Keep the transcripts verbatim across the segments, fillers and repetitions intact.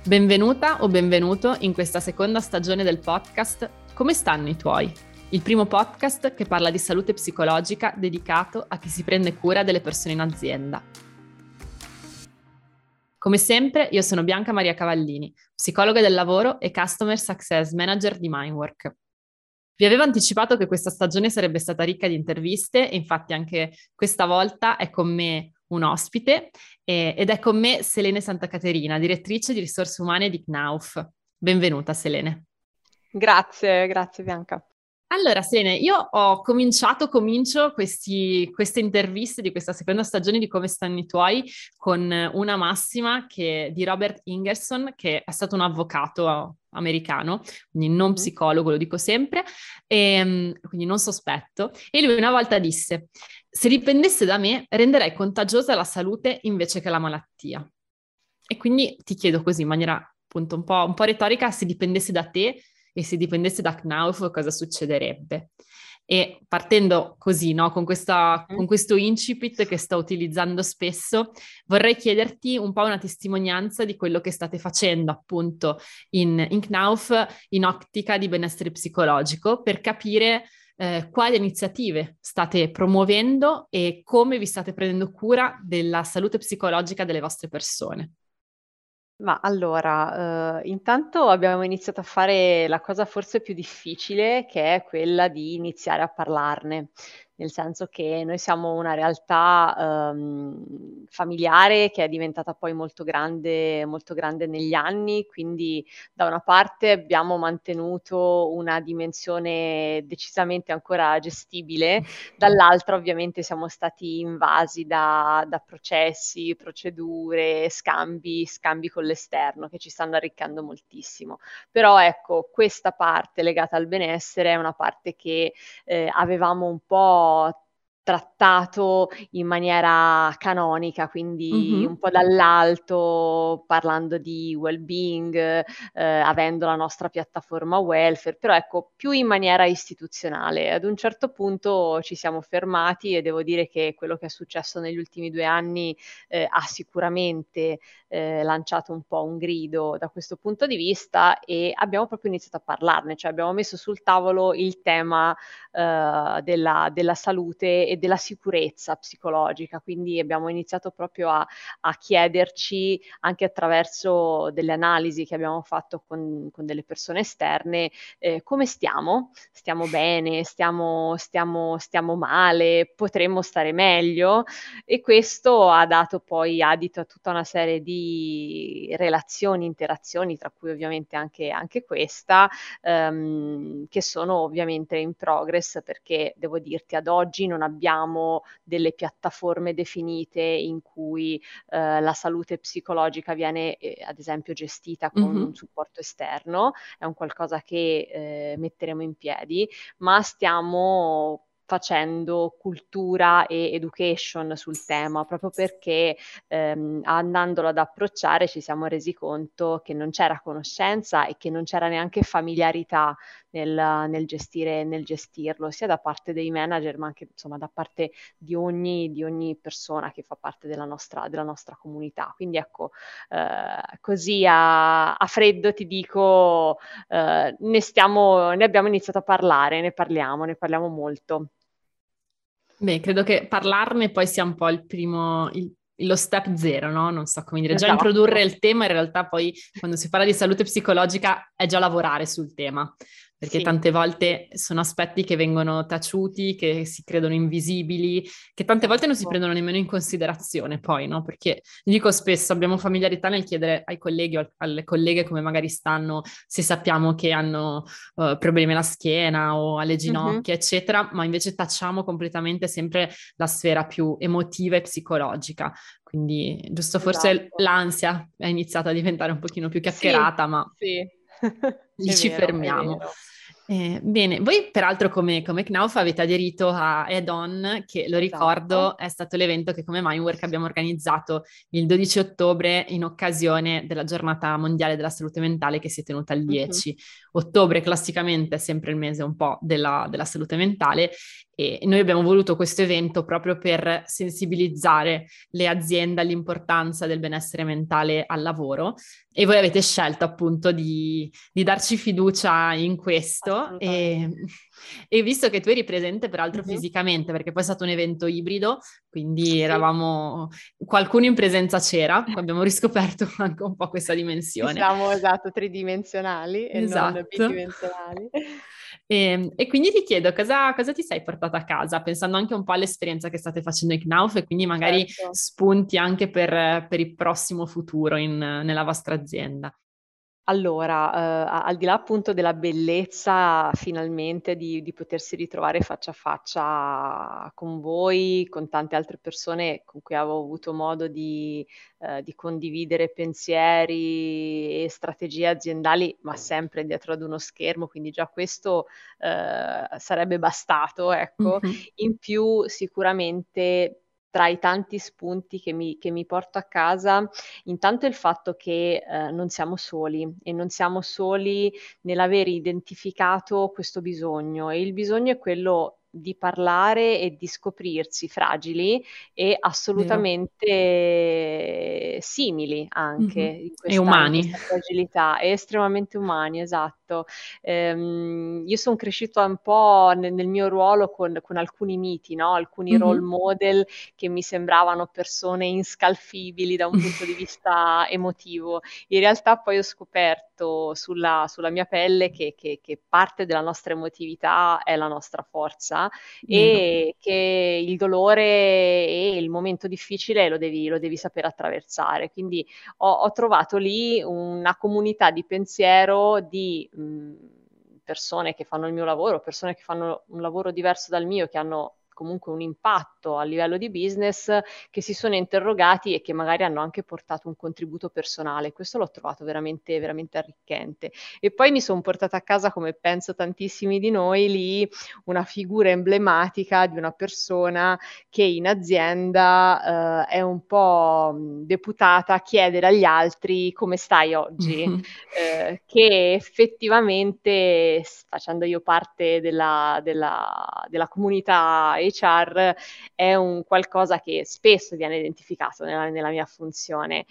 Benvenuta o benvenuto in questa seconda stagione del podcast Come stanno i tuoi? Il primo podcast che parla di salute psicologica dedicato a chi si prende cura delle persone in azienda. Come sempre, io sono Bianca Maria Cavallini, psicologa del lavoro e Customer Success Manager di Mindwork. Vi avevo anticipato che questa stagione sarebbe stata ricca di interviste e infatti anche questa volta è con me un ospite eh, ed è con me Selene Santacaterina, direttrice di risorse umane di Knauf. Benvenuta Selene. Grazie, grazie Bianca. Allora, Selene, io ho cominciato, comincio questi, queste interviste di questa seconda stagione di Come stanno i tuoi con una massima che, di Robert Ingerson, che è stato un avvocato americano, quindi non psicologo, lo dico sempre, e, quindi non sospetto. E lui una volta disse: se dipendesse da me, renderei contagiosa la salute invece che la malattia. E quindi ti chiedo così, in maniera appunto un po', un po' retorica, se dipendesse da te e se dipendesse da Knauf cosa succederebbe? E partendo così, no, con, questa, con questo incipit che sto utilizzando spesso, vorrei chiederti un po' una testimonianza di quello che state facendo appunto in, in Knauf in ottica di benessere psicologico per capire eh, quali iniziative state promuovendo e come vi state prendendo cura della salute psicologica delle vostre persone. Ma allora, eh, intanto abbiamo iniziato a fare la cosa forse più difficile, che è quella di iniziare a parlarne, nel senso che noi siamo una realtà ehm, familiare che è diventata poi molto grande, molto grande negli anni, quindi da una parte abbiamo mantenuto una dimensione decisamente ancora gestibile, dall'altra ovviamente siamo stati invasi da, da processi, procedure, scambi, scambi con l'esterno che ci stanno arricchendo moltissimo. Però ecco, questa parte legata al benessere è una parte che eh, avevamo un po' trattato in maniera canonica, quindi Mm-hmm. un po' dall'alto, parlando di well-being, eh, avendo la nostra piattaforma welfare, però ecco, più in maniera istituzionale. Ad un certo punto ci siamo fermati e devo dire che quello che è successo negli ultimi due anni eh, ha sicuramente eh, lanciato un po' un grido da questo punto di vista e abbiamo proprio iniziato a parlarne, cioè abbiamo messo sul tavolo il tema eh, della, della salute e della sicurezza psicologica, quindi abbiamo iniziato proprio a, a chiederci anche attraverso delle analisi che abbiamo fatto con, con delle persone esterne eh, come stiamo? Stiamo bene? Stiamo, stiamo, stiamo male? Potremmo stare meglio? E questo ha dato poi adito a tutta una serie di relazioni, interazioni, tra cui ovviamente anche, anche questa, ehm, che sono ovviamente in progress, perché devo dirti ad oggi non abbiamo delle piattaforme definite in cui eh, la salute psicologica viene eh, ad esempio gestita con Mm-hmm. un supporto esterno, è un qualcosa che eh, metteremo in piedi, ma stiamo facendo cultura e education sul tema, proprio perché ehm, andandolo ad approcciare ci siamo resi conto che non c'era conoscenza e che non c'era neanche familiarità nel, nel gestire, nel gestirlo, sia da parte dei manager, ma anche insomma da parte di ogni, di ogni persona che fa parte della nostra, della nostra comunità. Quindi ecco, eh, così a, a freddo ti dico, eh, ne stiamo, ne abbiamo iniziato a parlare, ne parliamo, ne parliamo molto. Beh, credo che parlarne poi sia un po' il primo, il- lo step zero, no? Non so come dire, già Esatto. introdurre il tema, in realtà poi quando si parla di salute psicologica è già lavorare sul tema, perché Sì. tante volte sono aspetti che vengono taciuti, che si credono invisibili, che tante volte non si Esatto. prendono nemmeno in considerazione poi, no? Perché dico spesso, abbiamo familiarità nel chiedere ai colleghi o alle colleghe come magari stanno, se sappiamo che hanno uh, problemi alla schiena o alle Mhm. ginocchia, eccetera, ma invece tacciamo completamente sempre la sfera più emotiva e psicologica. Quindi, giusto forse Esatto. l'ansia è iniziata a diventare un pochino più Sì, chiacchierata, ma sì, lì è ci vero, è fermiamo. vero. Eh, bene, voi peraltro come, come Knauf avete aderito a Add-on, che lo Esatto. ricordo è stato l'evento che come Mindwork abbiamo organizzato il dodici ottobre in occasione della giornata mondiale della salute mentale che si è tenuta il Mhm. dieci ottobre. Classicamente è sempre il mese un po' della, della salute mentale e noi abbiamo voluto questo evento proprio per sensibilizzare le aziende all'importanza del benessere mentale al lavoro e voi avete scelto appunto di di darci fiducia in questo e, Assolutamente. e visto che tu eri presente peraltro Mhm. fisicamente, perché poi è stato un evento ibrido, quindi Sì. eravamo qualcuno in presenza c'era, abbiamo riscoperto anche un po' questa Sì, dimensione. siamo esatto, tridimensionali e non Esatto. bidimensionali. E, e quindi ti chiedo cosa, cosa ti sei portata a casa, pensando anche un po' all'esperienza che state facendo in Knauf e quindi magari Certo. spunti anche per, per il prossimo futuro in- nella vostra azienda. Allora, uhm, a al di là appunto della bellezza finalmente di di potersi ritrovare faccia a faccia con voi, con tante altre persone con cui avevo avuto modo di ehm, di condividere pensieri e strategie aziendali, ma sempre dietro ad uno schermo, quindi già questo, uhm, sarebbe bastato, ecco. Mhm. In più sicuramente tra i tanti spunti che mi che mi porto a casa, intanto il fatto che, ehm, non siamo soli e non siamo soli nell'aver identificato questo bisogno e il bisogno è quello di parlare e di scoprirsi fragili e Vero? assolutamente simili anche Mhm. in E questa in umani. questa fragilità, e estremamente umani, esatto. Ehm, io son cresciuta un po' ne nel mio ruolo con con alcuni miti, no, alcuni role Mhm. model che mi sembravano persone inscalfibili da un punto di vista emotivo. In realtà poi ho scoperto sulla sulla mia pelle che che che parte della nostra emotività è la nostra forza Vero. e che il dolore e il momento difficile lo devi lo devi saper attraversare. Quindi ho ho trovato lì una comunità di pensiero di, mhmm, persone che fanno il mio lavoro, persone che fanno un lavoro diverso dal mio, che hanno comunque un impatto a livello di business, che si sono interrogati e che magari hanno anche portato un contributo personale. Questo l'ho trovato veramente veramente arricchente. E poi mi son portata a casa, come penso tantissimi di noi, lì una figura emblematica di una persona che in azienda, uhm, è un po', mhmm, deputata a chiedere agli altri: "Come stai oggi?" Mhm. Uhm, che effettivamente, s facendo io parte della della della comunità H R, è un qualcosa che spesso viene identificato nella nella mia funzione,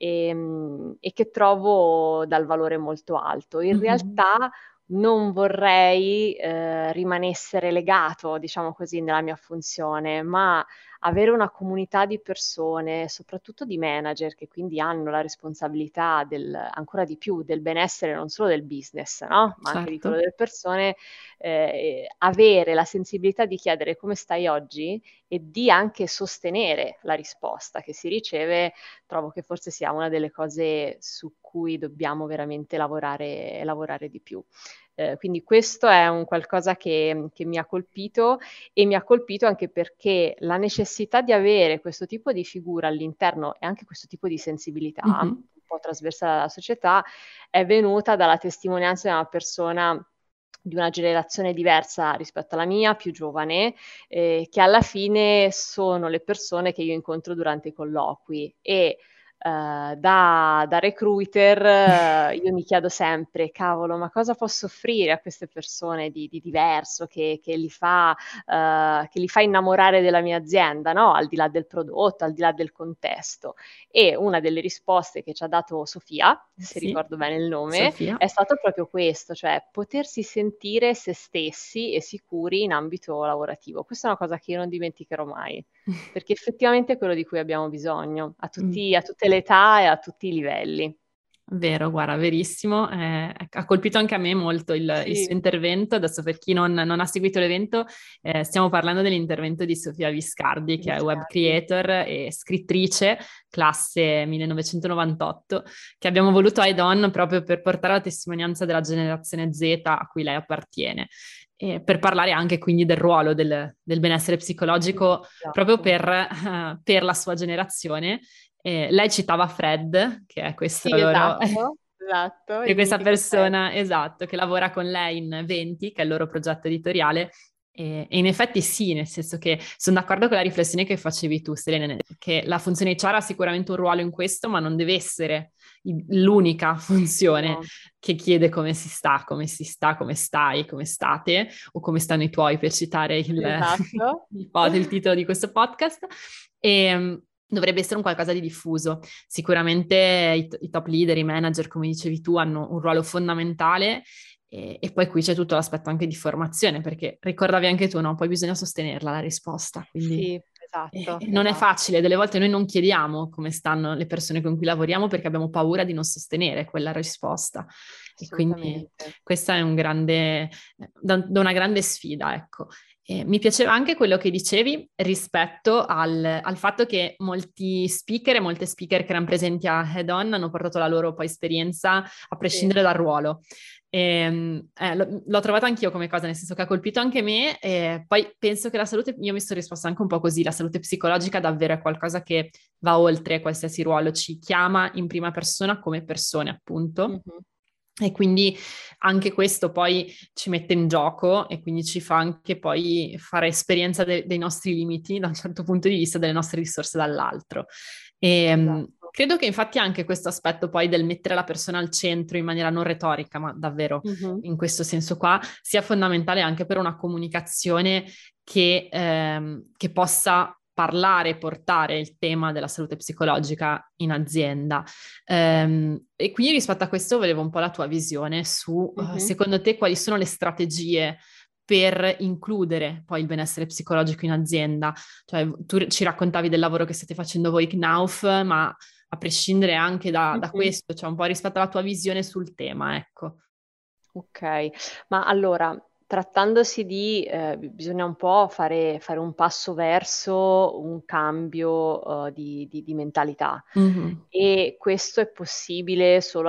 ehm, e che trovo dal valore molto alto. In Mhm. realtà non vorrei, ehm, rimanesse relegato, diciamo così, nella mia funzione, ma avere una comunità di persone, soprattutto di manager, che quindi hanno la responsabilità del ancora di più del benessere non solo del business, no, ma anche di quello Certo. delle persone, ehm, avere la sensibilità di chiedere: "Come stai oggi?" e di anche sostenere la risposta che si riceve, trovo che forse sia una delle cose su cui dobbiamo veramente lavorare lavorare di più. Ehm, quindi questo è un qualcosa che che mi ha colpito e mi ha colpito anche perché la necessità di avere questo tipo di figura all'interno e anche questo tipo di sensibilità, Mhm. un po' trasversale alla società, è venuta dalla testimonianza di una persona di una generazione diversa rispetto alla mia, più giovane, ehm, che alla fine sono le persone che io incontro durante i colloqui e, ehm, da da recruiter eh, io mi chiedo sempre: "Cavolo, ma cosa posso offrire a queste persone di di diverso che che li fa ehm, che li fa innamorare della mia azienda, no, al di là del prodotto, al di là del contesto?" E una delle risposte che ci ha dato Sofia, se Sì, ricordo bene il nome, Sofia. è stato proprio questo, cioè potersi sentire se stessi e sicuri in ambito lavorativo. Questa è una cosa che io non dimenticherò mai, perché effettivamente è quello di cui abbiamo bisogno, a tutti Mm. a tutte le età e a tutti i livelli. Vero, guarda, verissimo. Eh, ha colpito anche a me molto il, il suo Sì, intervento. Adesso, per chi non, non ha seguito l'evento, eh, stiamo parlando dell'intervento di Sofia Viscardi, che è web Viscardi. creator e scrittrice, classe millenovecentonovantotto, che abbiamo voluto a Edon proprio per portare la testimonianza della generazione Z a cui lei appartiene. E per parlare anche quindi del ruolo del, del benessere psicologico proprio Esatto. per, eh, per la sua generazione. Eh, lei citava Fred, che è questo Sì, loro esatto, Esatto, E il questa mitico Ted. persona, esatto, che lavora con lei in venti, che è il loro progetto editoriale. E, e in effetti sì, nel senso che sono d'accordo con la riflessione che facevi tu, Selene, che la funzione H R ha sicuramente un ruolo in questo, ma non deve essere i- l'unica funzione No, che chiede come si sta, come si sta, come stai, come state, o come stanno i tuoi, per citare il, esatto. il, pod- il titolo di questo podcast. E, dovrebbe essere un qualcosa di diffuso. Sicuramente i, i top leader, i manager, come dicevi tu, hanno un ruolo fondamentale e, e poi qui c'è tutto l'aspetto anche di formazione, perché ricordavi anche tu, no? Poi bisogna sostenerla la risposta, quindi Sì, eh, esatto, non è esatto, facile, delle volte noi non chiediamo come stanno le persone con cui lavoriamo perché abbiamo paura di non sostenere quella risposta e quindi assolutamente. questa è un grande, da, da una grande sfida, ecco. E mi piaceva anche quello che dicevi rispetto al, al fatto che molti speaker e molte speaker che erano presenti a Head On hanno portato la loro poi esperienza a Sì. prescindere dal ruolo. E, eh, l- l'ho trovata anch'io come cosa, nel senso che ha colpito anche me. E poi penso che la salute, io mi sono risposta anche un po' così, la salute psicologica davvero è qualcosa che va oltre qualsiasi ruolo, ci chiama in prima persona come persone, appunto. Mhm. E quindi anche questo poi ci mette in gioco e quindi ci fa anche poi fare esperienza de- dei nostri limiti da un certo punto di vista, delle nostre risorse dall'altro. E, mh, Esatto. credo che infatti anche questo aspetto poi del mettere la persona al centro in maniera non retorica, ma davvero Mhm. in questo senso qua, sia fondamentale anche per una comunicazione che, ehm, che possa parlare e portare il tema della salute psicologica in azienda. Ehm, e quindi rispetto a questo volevo un po' la tua visione su, eh, Mhm. secondo te, quali sono le strategie per includere poi il benessere psicologico in azienda? Cioè, tu ci raccontavi del lavoro che state facendo voi, Knauf, ma a prescindere anche da, da Mhm. questo, cioè un po' rispetto alla tua visione sul tema, ecco. Ok, ma allora, trattandosi di, eh, bi- bisogna un po' fare, fare un passo verso un cambio, eh, di, di- di mentalità Mhm. e questo è possibile solo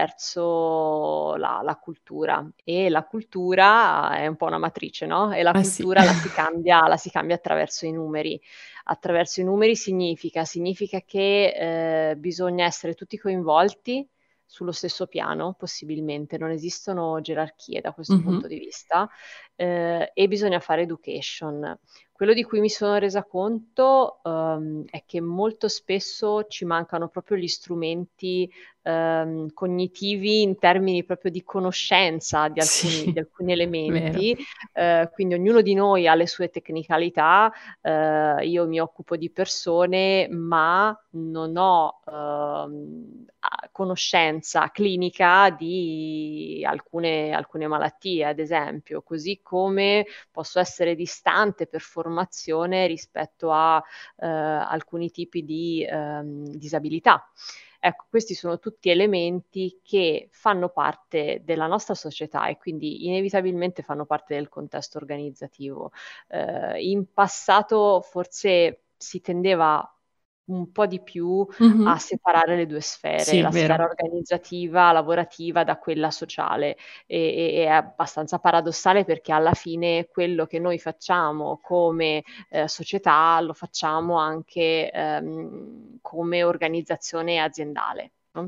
attraverso la, la cultura e la cultura è un po' una matrice, no? E la Eh sì. cultura la si cambia, la si cambia attraverso i numeri. Attraverso i numeri significa, significa che, eh, bisogna essere tutti coinvolti sullo stesso piano, possibilmente, non esistono gerarchie da questo punto Mhm. di vista, eh, e bisogna fare education. Quello di cui mi sono resa conto, ehm, è che molto spesso ci mancano proprio gli strumenti, ehm, cognitivi in termini proprio di conoscenza di alcuni, di Sì, alcuni vero. elementi, eh, quindi ognuno di noi ha le sue tecnicalità, eh, io mi occupo di persone, ma non ho ehm, a- conoscenza clinica di alcune, alcune malattie, ad esempio, così come posso essere distante per formazione rispetto a eh, alcuni tipi di ehm, disabilità. Ecco, questi sono tutti elementi che fanno parte della nostra società e quindi inevitabilmente fanno parte del contesto organizzativo. Eh, in passato forse si tendeva un po' di più a Mhm. separare le due sfere, Sì, la sfera vero. organizzativa, lavorativa da quella sociale. E, e- è abbastanza paradossale perché alla fine quello che noi facciamo come eh, società lo facciamo anche ehm, come organizzazione aziendale. No?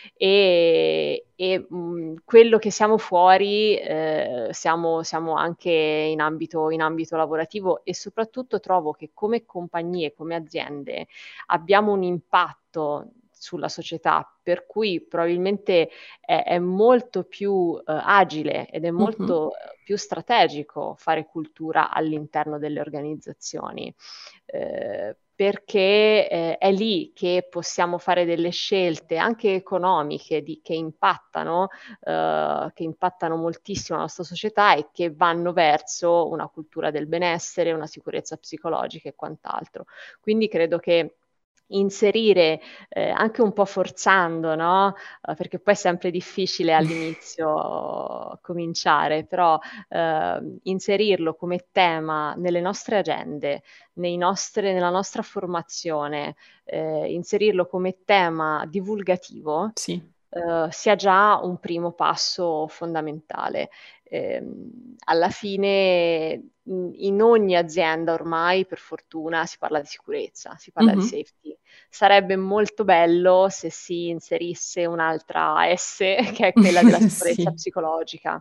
E, e, mh, quello che siamo fuori, eh, siamo, siamo anche in ambito, in ambito lavorativo e soprattutto trovo che come compagnie, come aziende, abbiamo un impatto sulla società, per cui probabilmente è, è molto più eh, agile ed è Mhm. molto eh, più strategico fare cultura all'interno delle organizzazioni. Eh, perché eh, è lì che possiamo fare delle scelte anche economiche di- che impattano, eh, che impattano moltissimo la nostra società e che vanno verso una cultura del benessere, una sicurezza psicologica e quant'altro. Quindi credo che inserire, eh, anche un po' forzando, no? Eh, perché poi è sempre difficile all'inizio cominciare, però eh, inserirlo come tema nelle nostre agende, nei nostre- nella nostra formazione, eh, inserirlo come tema divulgativo, Sì. eh, sia già un primo passo fondamentale. Ehm, alla fine, in in ogni azienda ormai, per fortuna, si parla di sicurezza, si parla di Mhm. safety. Sarebbe molto bello se si inserisse un'altra S, che è quella della sicurezza Sì. psicologica,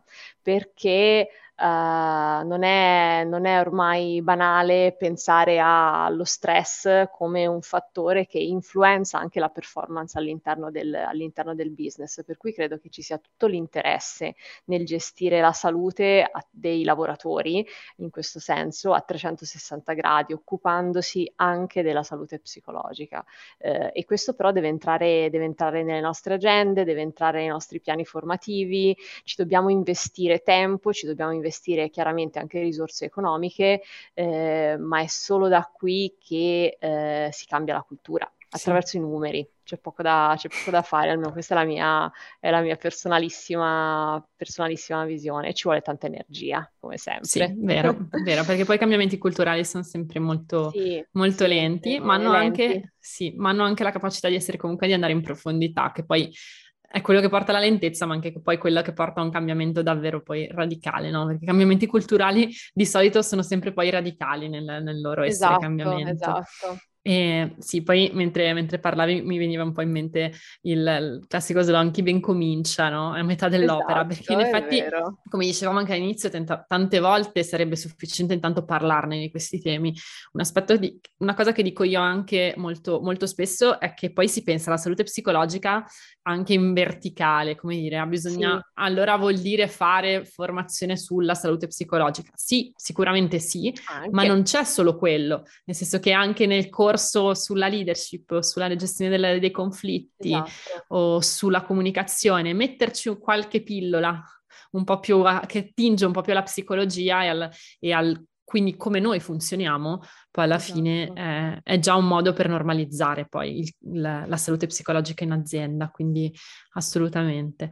perché eh, non è, non è ormai banale pensare a- allo stress come un fattore che influenza anche la performance all'interno del, all'interno del business, per cui credo che ci sia tutto l'interesse nel gestire la salute a- dei lavoratori, in questo senso, a trecentosessanta gradi, occupandosi anche della salute psicologica. Eh, e questo però deve entrare, deve entrare nelle nostre agende, deve entrare nei nostri piani formativi, ci dobbiamo investire tempo, ci dobbiamo investire chiaramente anche risorse economiche, eh, ma è solo da qui che eh, si cambia la cultura, Sì. attraverso i numeri. C'è poco da, c'è poco da fare, almeno questa è la mia, è la mia personalissima, personalissima visione. E ci vuole tanta energia, come Sì, sempre. vero, vero, perché poi i cambiamenti culturali sono sempre molto, Sì, molto sì, lenti, ma e hanno lenti. anche, sì, ma hanno anche la capacità di essere comunque di andare in profondità, che poi è quello che porta alla lentezza, ma anche che poi quello che porta a un cambiamento davvero poi radicale, no? Perché i cambiamenti culturali di solito sono sempre poi radicali nel, nel loro essere Esatto, cambiamento. esatto. E sì, poi mentre, mentre parlavi mi veniva un po' in mente il, il classico slogan chi ben comincia, no? È a metà dell'opera, perché in Esatto, è effetti, vero. come dicevamo anche all'inizio, tenta- tante volte sarebbe sufficiente intanto parlarne di questi temi. Un aspetto di, una cosa che dico io anche molto, molto spesso è che poi si pensa alla salute psicologica anche in verticale, come dire, ah, Sì, bisogna, allora vuol dire fare formazione sulla salute psicologica. Sì, sicuramente sì, ma anche. non c'è solo quello, nel senso che anche nel corso sulla leadership o sulla gestione delle- dei conflitti Esatto. o sulla comunicazione, metterci un- qualche pillola un po' più a- che tinge un po' più alla psicologia e al, e al quindi come noi funzioniamo, poi alla fine Esatto. è, è già un modo per normalizzare poi il- la, la salute psicologica in azienda, quindi assolutamente.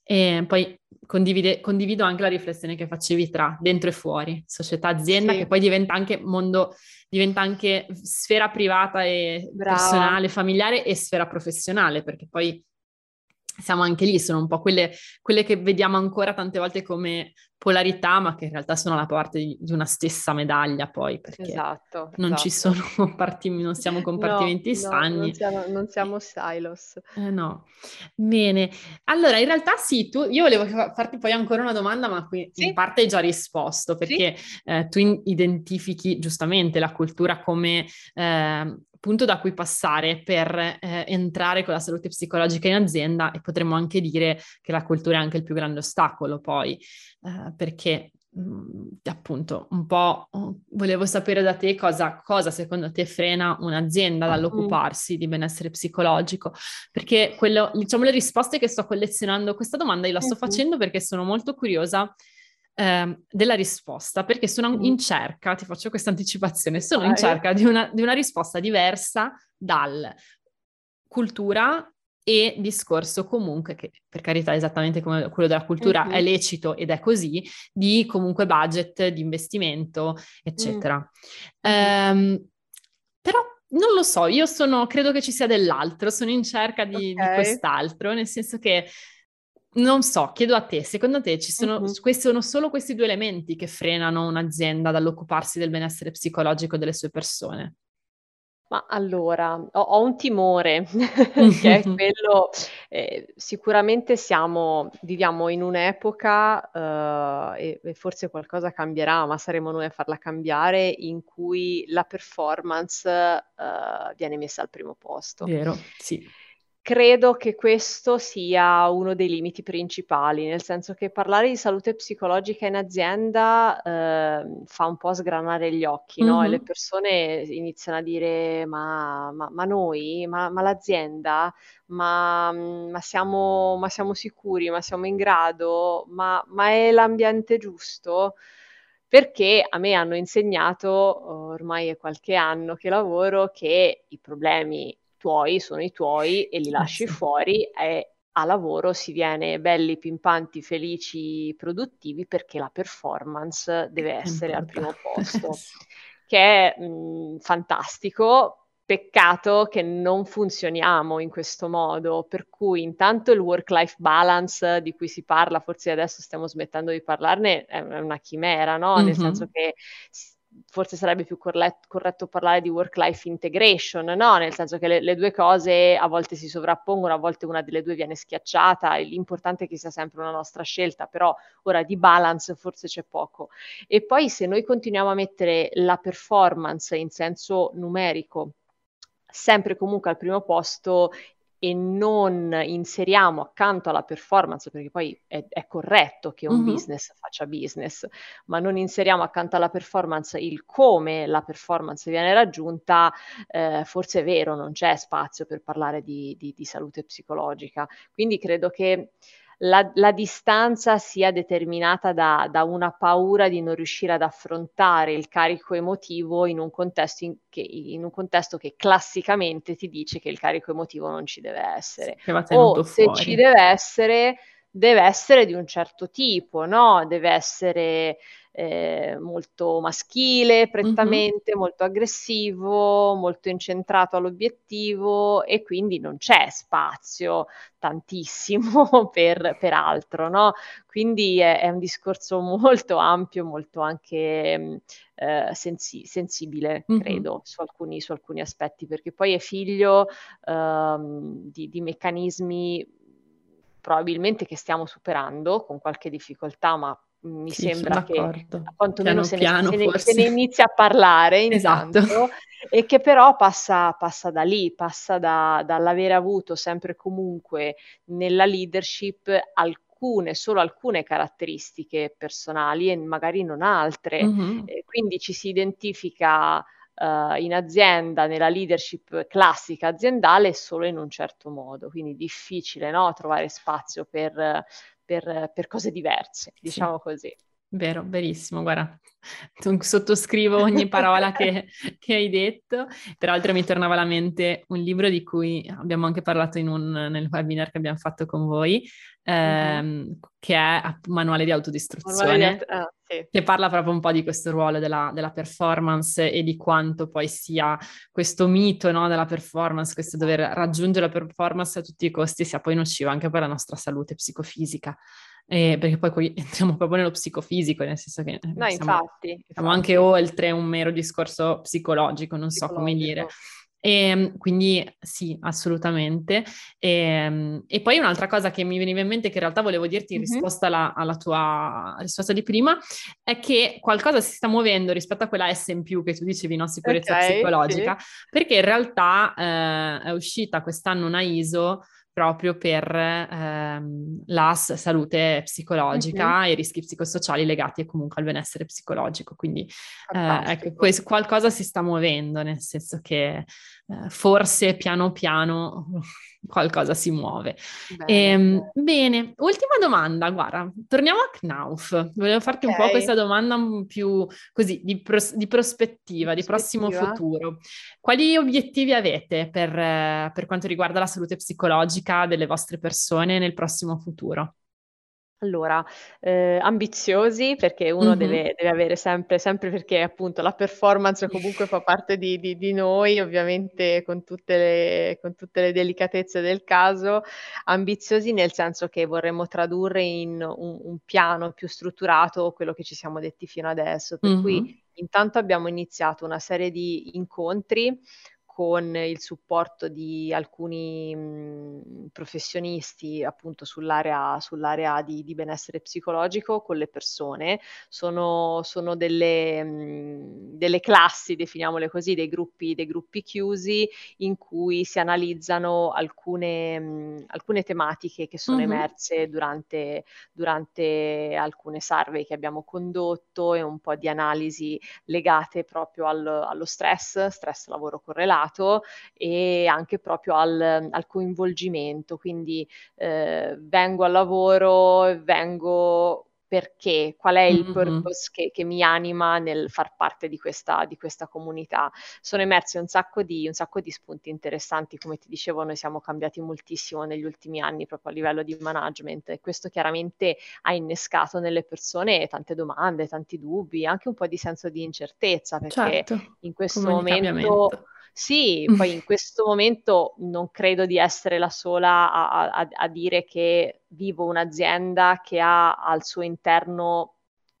E poi condivide- condivido anche la riflessione che facevi tra dentro e fuori, società, azienda, Sì, che poi diventa anche mondo, diventa anche sfera privata e brava. personale, familiare e sfera professionale, perché poi siamo anche lì, sono un po' quelle, quelle che vediamo ancora tante volte come polarità, ma che in realtà sono la parte di, di una stessa medaglia poi, perché Esatto, non ci sono esatto. parti- non siamo No, compartimenti no, non stagni. siamo, non Eh, siamo silos. eh, no, bene. Allora, in realtà sì, tu, io volevo fa- farti poi ancora una domanda, ma qui in Sì, parte hai già risposto, sì. perché eh, tu in- identifichi giustamente la cultura come eh, punto da cui passare per eh, entrare con la salute psicologica in azienda e potremmo anche dire che la cultura è anche il più grande ostacolo poi, eh, perché mh, appunto un po' oh, volevo sapere da te cosa, cosa secondo te frena un'azienda Mm, dall'occuparsi di benessere psicologico, perché quello, diciamo le risposte che sto collezionando a questa domanda io la sto mhm, facendo perché sono molto curiosa ehm, della risposta, perché sono mm. in cerca, ti faccio questa anticipazione, sono in Vai. cerca di una, di una risposta diversa dal cultura e discorso comunque, che per carità esattamente come quello della cultura è Mhm, lecito ed è così, di comunque budget, di investimento, mm, eccetera. mhm. Ehm, però non lo so, io sono, credo che ci sia dell'altro, sono in cerca di, di Ok. quest'altro, nel senso che non so, chiedo a te, secondo te ci sono, Mhm. questi sono solo questi due elementi che frenano un'azienda dall'occuparsi del benessere psicologico delle sue persone? Ma allora, ho, ho un timore, che è quello, eh, sicuramente siamo, viviamo in un'epoca, eh, e, e forse qualcosa cambierà, ma saremo noi a farla cambiare, in cui la performance, eh, viene messa al primo posto. Vero? Sì. Credo che questo sia uno dei limiti principali, nel senso che parlare di salute psicologica in azienda, ehm, fa un po' sgranare gli occhi, no? E le Mhm. persone iniziano a dire: Ma, ma- ma noi? Ma, ma l'azienda? Ma, mm, ma siamo, ma siamo sicuri? Ma siamo in grado? Ma, ma è l'ambiente giusto? Perché a me hanno insegnato, ormai è qualche anno che lavoro, che i problemi tuoi sono i tuoi e li Eh lasci sì. fuori e a lavoro si viene belli, pimpanti, felici, produttivi perché la performance deve È essere al primo importante. posto, che è mh, fantastico. Peccato che non funzioniamo in questo modo, per cui intanto il work-life balance di cui si parla, forse adesso stiamo smettendo di parlarne, è è una chimera, no? Nel senso Mhm. che s- forse sarebbe più corretto, corretto parlare di work-life integration, no? Nel senso che le, le due cose a volte si sovrappongono, a volte una delle due viene schiacciata, e l'importante è che sia sempre una nostra scelta, però ora di balance forse c'è poco. E poi se noi continuiamo a mettere la performance in senso numerico sempre comunque al primo posto e non inseriamo accanto alla performance, perché poi è, è corretto che un Mhm. business faccia business, ma non inseriamo accanto alla performance il come la performance viene raggiunta, eh, forse è vero, non c'è spazio per parlare di, di- di salute psicologica. Quindi credo che la, la distanza sia determinata da, da una paura di non riuscire ad affrontare il carico emotivo in un contesto in che, in un contesto che classicamente ti dice che il carico emotivo non ci deve Sì, essere. che va O tenuto se ci fuori. deve essere, deve essere di un certo tipo, no? Deve essere eh, molto maschile, Mhm. prettamente, molto aggressivo, molto incentrato all'obiettivo, e quindi non c'è spazio tantissimo per, per altro, no? Quindi è, è un discorso molto ampio, molto anche mh, eh, sensi- sensibile, Mhm. credo, su alcuni, su alcuni aspetti, perché poi è figlio ehm, di, di meccanismi probabilmente che stiamo superando con qualche difficoltà, ma mi Sì, sono sembra che d'accordo. quantomeno Piano se ne, piano se ne- se ne forse. inizia a parlare Esatto. intanto, e che però passa, passa da lì, passa da- dall'avere avuto sempre e comunque nella leadership alcune, solo alcune caratteristiche personali e magari non altre. Mhm. Eh, quindi ci si identifica eh, in azienda, nella leadership classica aziendale, solo in un certo modo. Quindi difficile, no? Trovare spazio per, per- per cose diverse, Sì. diciamo così. Vero, verissimo, guarda, tu- sottoscrivo ogni parola che, che hai detto. Peraltro mi tornava alla mente un libro di cui abbiamo anche parlato in un, nel webinar che abbiamo fatto con voi, Mhm. ehm, che è app- Manuale di Manuale di autodistruzione, att- ah, sì. che parla proprio un po' di questo ruolo della, della performance e di quanto poi sia questo mito, no, della performance, questo dover raggiungere la performance a tutti i costi, sia poi nocivo anche per la nostra salute psicofisica. Eh, perché poi, poi entriamo proprio nello psicofisico, nel senso che eh, No, siamo, infatti, siamo anche infatti, oltre un mero discorso psicologico, non so come dire. psicologico. E, quindi sì, assolutamente. E, e poi un'altra cosa che mi veniva in mente, che in realtà volevo dirti in Mhm. risposta alla, alla tua risposta di prima, è che qualcosa si sta muovendo rispetto a quella S in più che tu dicevi, no? Ok, Sicurezza sì. psicologica, perché in realtà eh, è uscita quest'anno una I S O proprio per ehm, la s- salute Mhm. psicologica e i rischi psicosociali legati comunque al benessere psicologico. Quindi eh, ecco, Fantastico. que- qualcosa si sta muovendo, nel senso che eh, forse piano piano qualcosa si muove. Bene. Ehm, bene, ultima domanda, guarda, torniamo a Knauf. Volevo farti Ok, un po' questa domanda un più così di, pros- di in prospettiva, di prossimo prospettiva. futuro. Quali obiettivi avete per, eh, per quanto riguarda la salute psicologica delle vostre persone nel prossimo futuro? Allora, eh, ambiziosi, perché uno Mhm. deve, deve avere sempre, sempre perché appunto la performance comunque fa parte di, di- di noi, ovviamente con tutte le, con tutte le delicatezze del caso, ambiziosi nel senso che vorremmo tradurre in un, un piano più strutturato quello che ci siamo detti fino adesso, per cui Mhm. intanto abbiamo iniziato una serie di incontri con il supporto di alcuni mh, professionisti appunto sull'area, sull'area di, di benessere psicologico con le persone. Sono, sono delle, mh, delle classi, definiamole così, dei gruppi, dei gruppi chiusi in cui si analizzano alcune, mh, alcune tematiche che sono Mhm. emerse durante, durante alcune survey che abbiamo condotto, e un po' di analisi legate proprio al- allo stress, stress lavoro correlato, e anche proprio al, al coinvolgimento. Quindi eh, vengo al lavoro, e vengo perché, qual è il Mhm. purpose che, che mi anima nel far parte di questa, di questa comunità. Sono emersi un sacco di, un sacco di spunti interessanti, come ti dicevo, noi siamo cambiati moltissimo negli ultimi anni proprio a livello di management, e questo chiaramente ha innescato nelle persone tante domande, tanti dubbi, anche un po' di senso di incertezza, perché Certo, in questo come di momento, cambiamento. sì, poi in questo momento non credo di essere la sola a, a- a dire che vivo un'azienda che ha al suo interno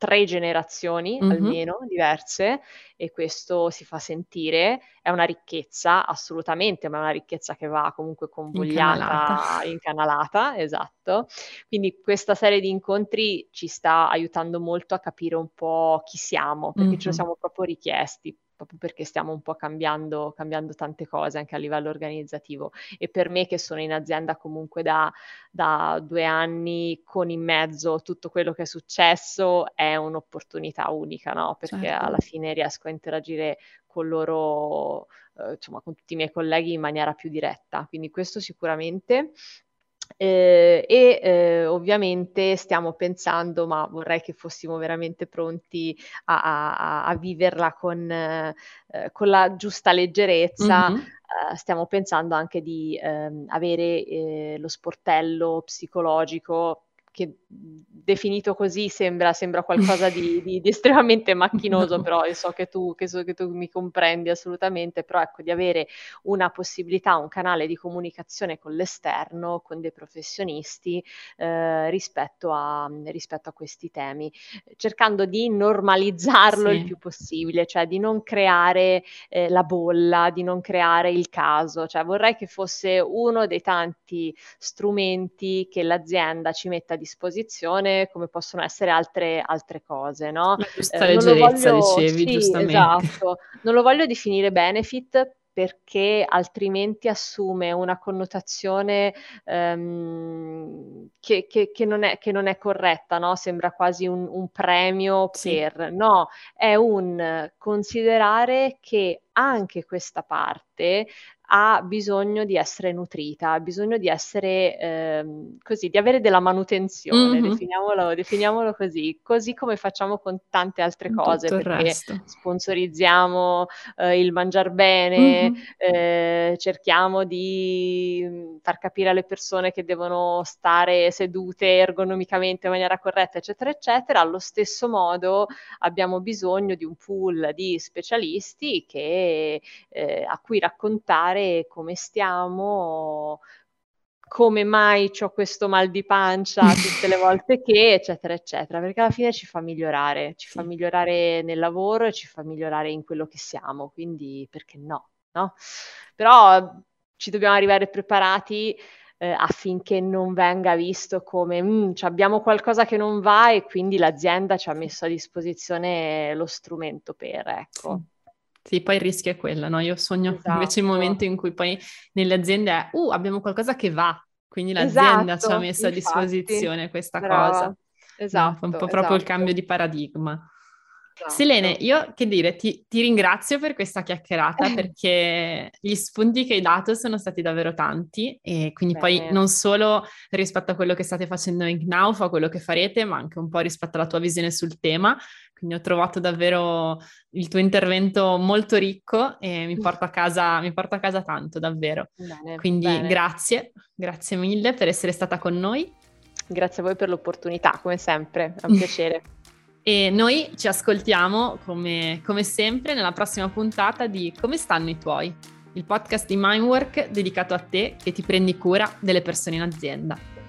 tre generazioni Mhm. almeno diverse, e questo si fa sentire. È una ricchezza, assolutamente, ma è una ricchezza che va comunque Incanalata. convogliata, incanalata, esatto. Quindi questa serie di incontri ci sta aiutando molto a capire un po' chi siamo, perché ce lo Mhm. siamo proprio richiesti, proprio perché stiamo un po' cambiando, cambiando tante cose anche a livello organizzativo. E per me, che sono in azienda comunque da, da due anni, con in mezzo tutto quello che è successo, è un'opportunità unica, no? Perché Certo. alla fine riesco a interagire con loro, eh, insomma, con tutti i miei colleghi in maniera più diretta. Quindi questo sicuramente. Eh, e eh, ovviamente stiamo pensando, ma vorrei che fossimo veramente pronti a, a- a viverla con, eh, eh, con la giusta leggerezza. Mhm. Eh, stiamo pensando anche di ehm, avere eh, lo sportello psicologico, che mh, definito così sembra, sembra qualcosa di, di- di estremamente macchinoso, No. però io so che tu, che so che tu mi comprendi assolutamente, però ecco, di avere una possibilità, un canale di comunicazione con l'esterno, con dei professionisti, eh, rispetto a, rispetto a questi temi, cercando di normalizzarlo il Sì, più possibile, cioè di non creare eh, la bolla, di non creare il caso. Cioè vorrei che fosse uno dei tanti strumenti che l'azienda ci mette a disposizione, come possono essere altre, altre cose, no? la giusta Eh, non lo leggerezza, voglio, dicevi, sì, giustamente. esatto, non lo voglio definire benefit, perché altrimenti assume una connotazione ehm, che, che- che non è, che non è corretta, no? Sembra quasi un, un premio Sì, per... No, è un considerare che anche questa parte ha bisogno di essere nutrita, ha bisogno di essere ehm, così, di avere della manutenzione, Mhm. definiamolo, definiamolo così, così come facciamo con tante altre Con cose, tutto il perché resto. sponsorizziamo eh, il mangiar bene, Mhm. eh, cerchiamo di mh, far capire alle persone che devono stare sedute ergonomicamente in maniera corretta, eccetera, eccetera. Allo stesso modo abbiamo bisogno di un pool di specialisti che, eh, a cui raccontare come stiamo, come mai ho questo mal di pancia tutte le volte che, eccetera, eccetera, perché alla fine ci fa migliorare, ci fa Sì. migliorare nel lavoro e ci fa migliorare in quello che siamo, quindi perché no, no? Però ci dobbiamo arrivare preparati eh, affinché non venga visto come "Mm, ci abbiamo qualcosa che non va e quindi l'azienda ci ha messo a disposizione lo strumento per, Sì. ecco. Sì, poi il rischio è quello, no? Io sogno invece il Esatto, momento in cui poi nelle aziende è, uh, abbiamo qualcosa che va, quindi l'azienda ci ha esatto, messo a infatti, disposizione questa brava, cosa. No, è un esatto, po' proprio il esatto, cambio di paradigma. Selene, esatto. io che dire, ti, ti ringrazio per questa chiacchierata perché gli spunti che hai dato sono stati davvero tanti e quindi poi Bene, non solo rispetto a quello che state facendo in Knauf, a quello che farete, ma anche un po' rispetto alla tua visione sul tema. Quindi ho trovato davvero il tuo intervento molto ricco e mi porto a casa, mi porto a casa tanto, davvero. bene, Quindi bene. grazie, grazie mille per essere stata con noi. Grazie a voi per l'opportunità, come sempre, è un piacere. E noi ci ascoltiamo come, come sempre nella prossima puntata di Come stanno i tuoi? Il podcast di Mindwork dedicato a te che ti prendi cura delle persone in azienda.